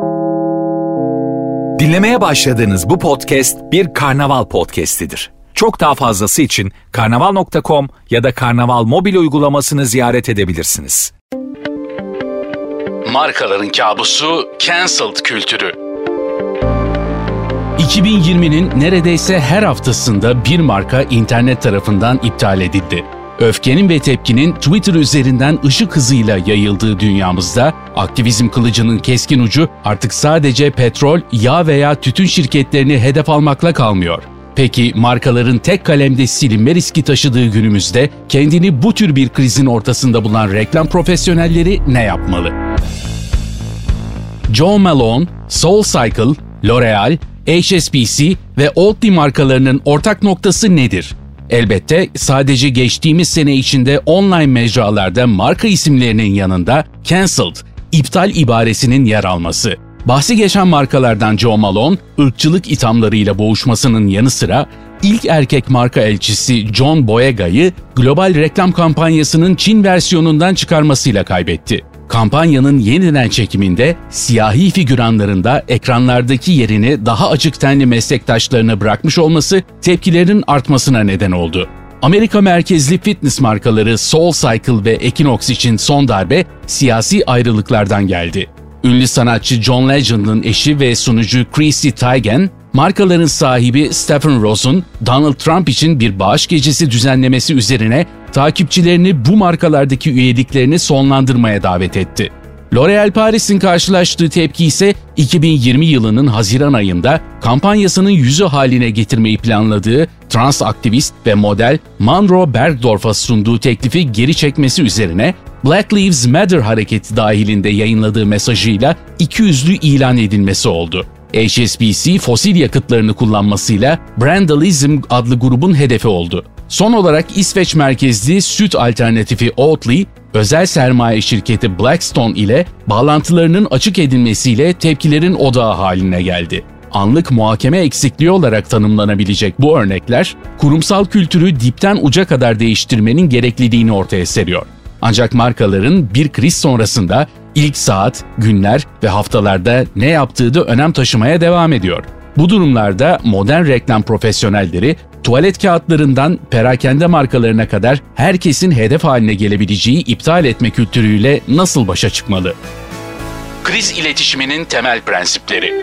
Dinlemeye başladığınız bu podcast bir Karnaval podcastidir. Çok daha fazlası için karnaval.com ya da Karnaval mobil uygulamasını ziyaret edebilirsiniz. Markaların kabusu cancelled kültürü. 2020'nin neredeyse her haftasında bir marka internet tarafından iptal edildi. Öfkenin ve tepkinin Twitter üzerinden ışık hızıyla yayıldığı dünyamızda aktivizm kılıcının keskin ucu artık sadece petrol, yağ veya tütün şirketlerini hedef almakla kalmıyor. Peki markaların tek kalemde silinme riski taşıdığı günümüzde kendini bu tür bir krizin ortasında bulan reklam profesyonelleri ne yapmalı? Jo Malone, SoulCycle, L'Oreal, HSBC ve Oatly markalarının ortak noktası nedir? Elbette sadece geçtiğimiz sene içinde online mecralarda marka isimlerinin yanında cancelled, iptal ibaresinin yer alması. Bahsi geçen markalardan Jo Malone, ırkçılık ithamlarıyla boğuşmasının yanı sıra ilk erkek marka elçisi John Boyega'yı global reklam kampanyasının Çin versiyonundan çıkarmasıyla kaybetti. Kampanyanın yeniden çekiminde siyahi figüranların da ekranlardaki yerini daha açık tenli meslektaşlarına bırakmış olması tepkilerin artmasına neden oldu. Amerika merkezli fitness markaları SoulCycle ve Equinox için son darbe siyasi ayrılıklardan geldi. Ünlü sanatçı John Legend'ın eşi ve sunucu Chrissy Teigen, markaların sahibi Stephen Ross'un Donald Trump için bir bağış gecesi düzenlemesi üzerine takipçilerini bu markalardaki üyeliklerini sonlandırmaya davet etti. L'Oreal Paris'in karşılaştığı tepki ise 2020 yılının Haziran ayında kampanyasının yüzü haline getirmeyi planladığı trans aktivist ve model Monroe Bergdorf'a sunduğu teklifi geri çekmesi üzerine Black Lives Matter hareketi dahilinde yayınladığı mesajıyla ikiyüzlü ilan edilmesi oldu. HSBC fosil yakıtlarını kullanmasıyla Brandalism adlı grubun hedefi oldu. Son olarak İsveç merkezli süt alternatifi Oatly, özel sermaye şirketi Blackstone ile bağlantılarının açık edilmesiyle tepkilerin odağı haline geldi. Anlık muhakeme eksikliği olarak tanımlanabilecek bu örnekler, kurumsal kültürü dipten uca kadar değiştirmenin gerekliliğini ortaya seriyor. Ancak markaların bir kriz sonrasında ilk saat, günler ve haftalarda ne yaptığı da önem taşımaya devam ediyor. Bu durumlarda modern reklam profesyonelleri tuvalet kağıtlarından perakende markalarına kadar herkesin hedef haline gelebileceği iptal etme kültürüyle nasıl başa çıkmalı? Kriz iletişiminin temel prensipleri.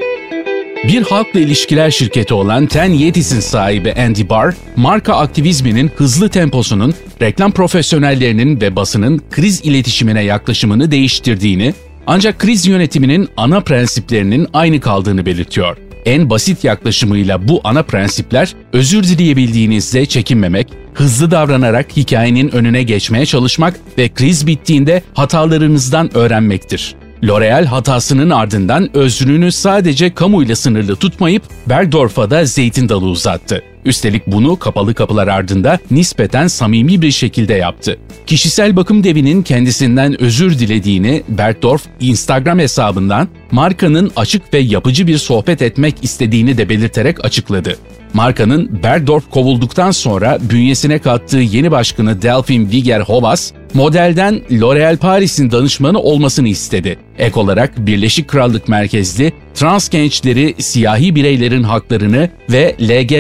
Bir halkla ilişkiler şirketi olan Ten Yetis'in sahibi Andy Barr, marka aktivizminin hızlı temposunun reklam profesyonellerinin ve basının kriz iletişimine yaklaşımını değiştirdiğini, ancak kriz yönetiminin ana prensiplerinin aynı kaldığını belirtiyor. En basit yaklaşımıyla bu ana prensipler, özür dileyebildiğinizde çekinmemek, hızlı davranarak hikayenin önüne geçmeye çalışmak ve kriz bittiğinde hatalarınızdan öğrenmektir. L'Oreal hatasının ardından özrünü sadece kamuyla sınırlı tutmayıp Bergdorf'a da zeytin dalı uzattı. Üstelik bunu kapalı kapılar ardında nispeten samimi bir şekilde yaptı. Kişisel bakım devinin kendisinden özür dilediğini Bergdorf Instagram hesabından markanın açık ve yapıcı bir sohbet etmek istediğini de belirterek açıkladı. Markanın Bergdorf kovulduktan sonra bünyesine kattığı yeni başkanı Delphine Viger-Hovas, modelden L'Oreal Paris'in danışmanı olmasını istedi. Ek olarak Birleşik Krallık merkezli trans gençleri, siyahi bireylerin haklarını ve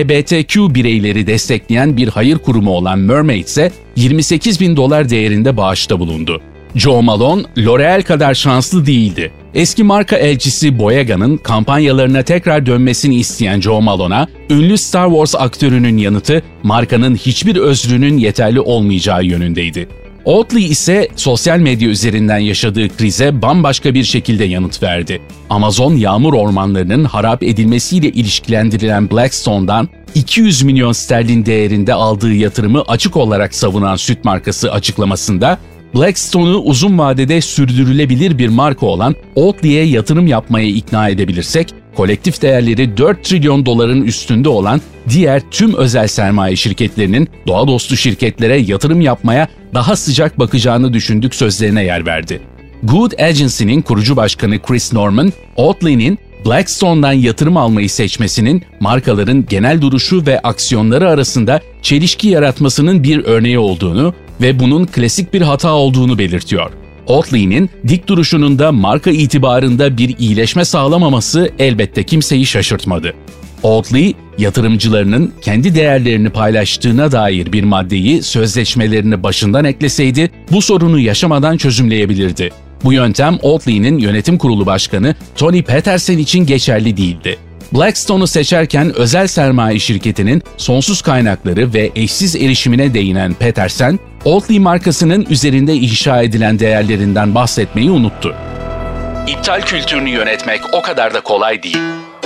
LGBTQ bireyleri destekleyen bir hayır kurumu olan Mermaid ise $28.000 değerinde bağışta bulundu. Jo Malone, L'Oreal kadar şanslı değildi. Eski marka elçisi Boyega'nın kampanyalarına tekrar dönmesini isteyen Jo Malone'a, ünlü Star Wars aktörünün yanıtı markanın hiçbir özrünün yeterli olmayacağı yönündeydi. Oatly ise sosyal medya üzerinden yaşadığı krize bambaşka bir şekilde yanıt verdi. Amazon yağmur ormanlarının harap edilmesiyle ilişkilendirilen Blackstone'dan 200 milyon sterlin değerinde aldığı yatırımı açık olarak savunan süt markası açıklamasında, Blackstone'u uzun vadede sürdürülebilir bir marka olan Oatly'ye yatırım yapmaya ikna edebilirsek, kolektif değerleri 4 trilyon doların üstünde olan diğer tüm özel sermaye şirketlerinin doğa dostu şirketlere yatırım yapmaya daha sıcak bakacağını düşündük sözlerine yer verdi. Good Agency'nin kurucu başkanı Chris Norman, Oatly'nin Blackstone'dan yatırım almayı seçmesinin markaların genel duruşu ve aksiyonları arasında çelişki yaratmasının bir örneği olduğunu ve bunun klasik bir hata olduğunu belirtiyor. Oatly'nin dik duruşunun da marka itibarında bir iyileşme sağlamaması elbette kimseyi şaşırtmadı. Oatly, yatırımcılarının kendi değerlerini paylaştığına dair bir maddeyi sözleşmelerine başından ekleseydi bu sorunu yaşamadan çözümleyebilirdi. Bu yöntem Oatly'nin yönetim kurulu başkanı Tony Petersen için geçerli değildi. Blackstone'u seçerken özel sermaye şirketinin sonsuz kaynakları ve eşsiz erişimine değinen Petersen, Oatly markasının üzerinde inşa edilen değerlerinden bahsetmeyi unuttu. İptal kültürünü yönetmek o kadar da kolay değil.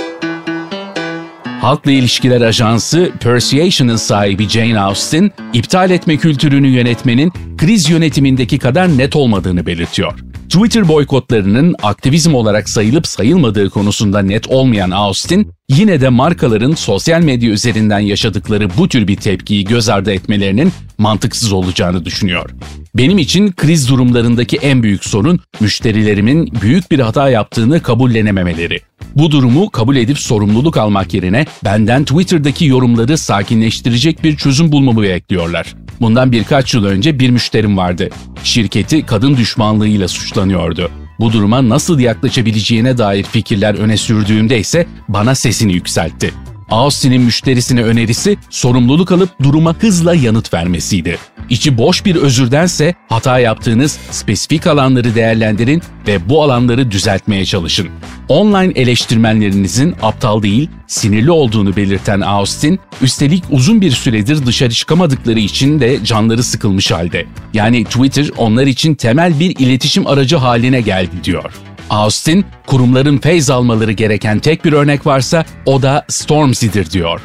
Halkla İlişkiler Ajansı Persuasion'ın sahibi Jane Austen, iptal etme kültürünü yönetmenin kriz yönetimindeki kadar net olmadığını belirtiyor. Twitter boykotlarının aktivizm olarak sayılıp sayılmadığı konusunda net olmayan Austen, yine de markaların sosyal medya üzerinden yaşadıkları bu tür bir tepkiyi göz ardı etmelerinin mantıksız olacağını düşünüyor. Benim için kriz durumlarındaki en büyük sorun müşterilerimin büyük bir hata yaptığını kabullenememeleri. Bu durumu kabul edip sorumluluk almak yerine benden Twitter'daki yorumları sakinleştirecek bir çözüm bulmamı bekliyorlar. Bundan birkaç yıl önce bir müşterim vardı. Şirketi kadın düşmanlığıyla suçlanıyordu. Bu duruma nasıl yaklaşabileceğine dair fikirler öne sürdüğümde ise bana sesini yükseltti. Austin'in müşterisine önerisi sorumluluk alıp duruma hızla yanıt vermesiydi. İçi boş bir özürdense hata yaptığınız spesifik alanları değerlendirin ve bu alanları düzeltmeye çalışın. Online eleştirmenlerinizin aptal değil, sinirli olduğunu belirten Austin, üstelik uzun bir süredir dışarı çıkamadıkları için de canları sıkılmış halde. Yani Twitter onlar için temel bir iletişim aracı haline geldi diyor. Austin, kurumların feyz almaları gereken tek bir örnek varsa o da Stormzy'dir diyor.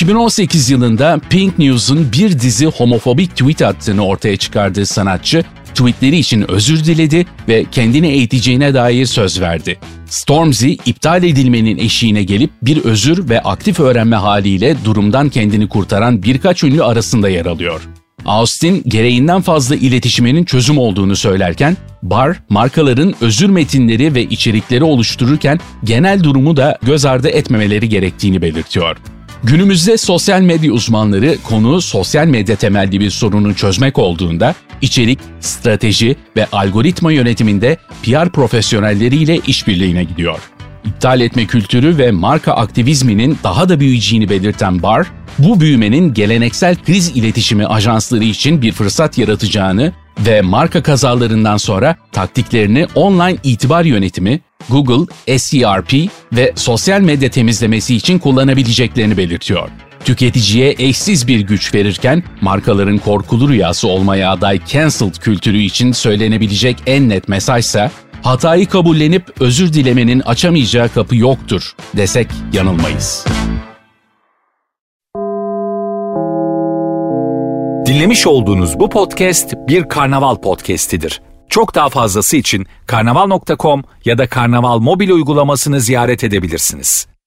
2018 yılında Pink News'un bir dizi homofobik tweet attığını ortaya çıkardığı sanatçı, tweetleri için özür diledi ve kendini eğiteceğine dair söz verdi. Stormzy, iptal edilmenin eşiğine gelip bir özür ve aktif öğrenme haliyle durumdan kendini kurtaran birkaç ünlü arasında yer alıyor. Austin, gereğinden fazla iletişiminin çözüm olduğunu söylerken, Barr, markaların özür metinleri ve içerikleri oluştururken genel durumu da göz ardı etmemeleri gerektiğini belirtiyor. Günümüzde sosyal medya uzmanları konu sosyal medya temelli bir sorunu çözmek olduğunda, içerik, strateji ve algoritma yönetiminde PR profesyonelleriyle işbirliğine gidiyor. İptal etme kültürü ve marka aktivizminin daha da büyüyeceğini belirten Barr, bu büyümenin geleneksel kriz iletişimi ajansları için bir fırsat yaratacağını ve marka kazalarından sonra taktiklerini online itibar yönetimi, Google, SERP ve sosyal medya temizlemesi için kullanabileceklerini belirtiyor. Tüketiciye eşsiz bir güç verirken markaların korkulu rüyası olmaya aday cancelled kültürü için söylenebilecek en net mesajsa, hatayı kabullenip özür dilemenin açamayacağı kapı yoktur desek yanılmayız. Dinlemiş olduğunuz bu podcast bir Karnaval podcastidir. Çok daha fazlası için karnaval.com ya da Karnaval mobil uygulamasını ziyaret edebilirsiniz.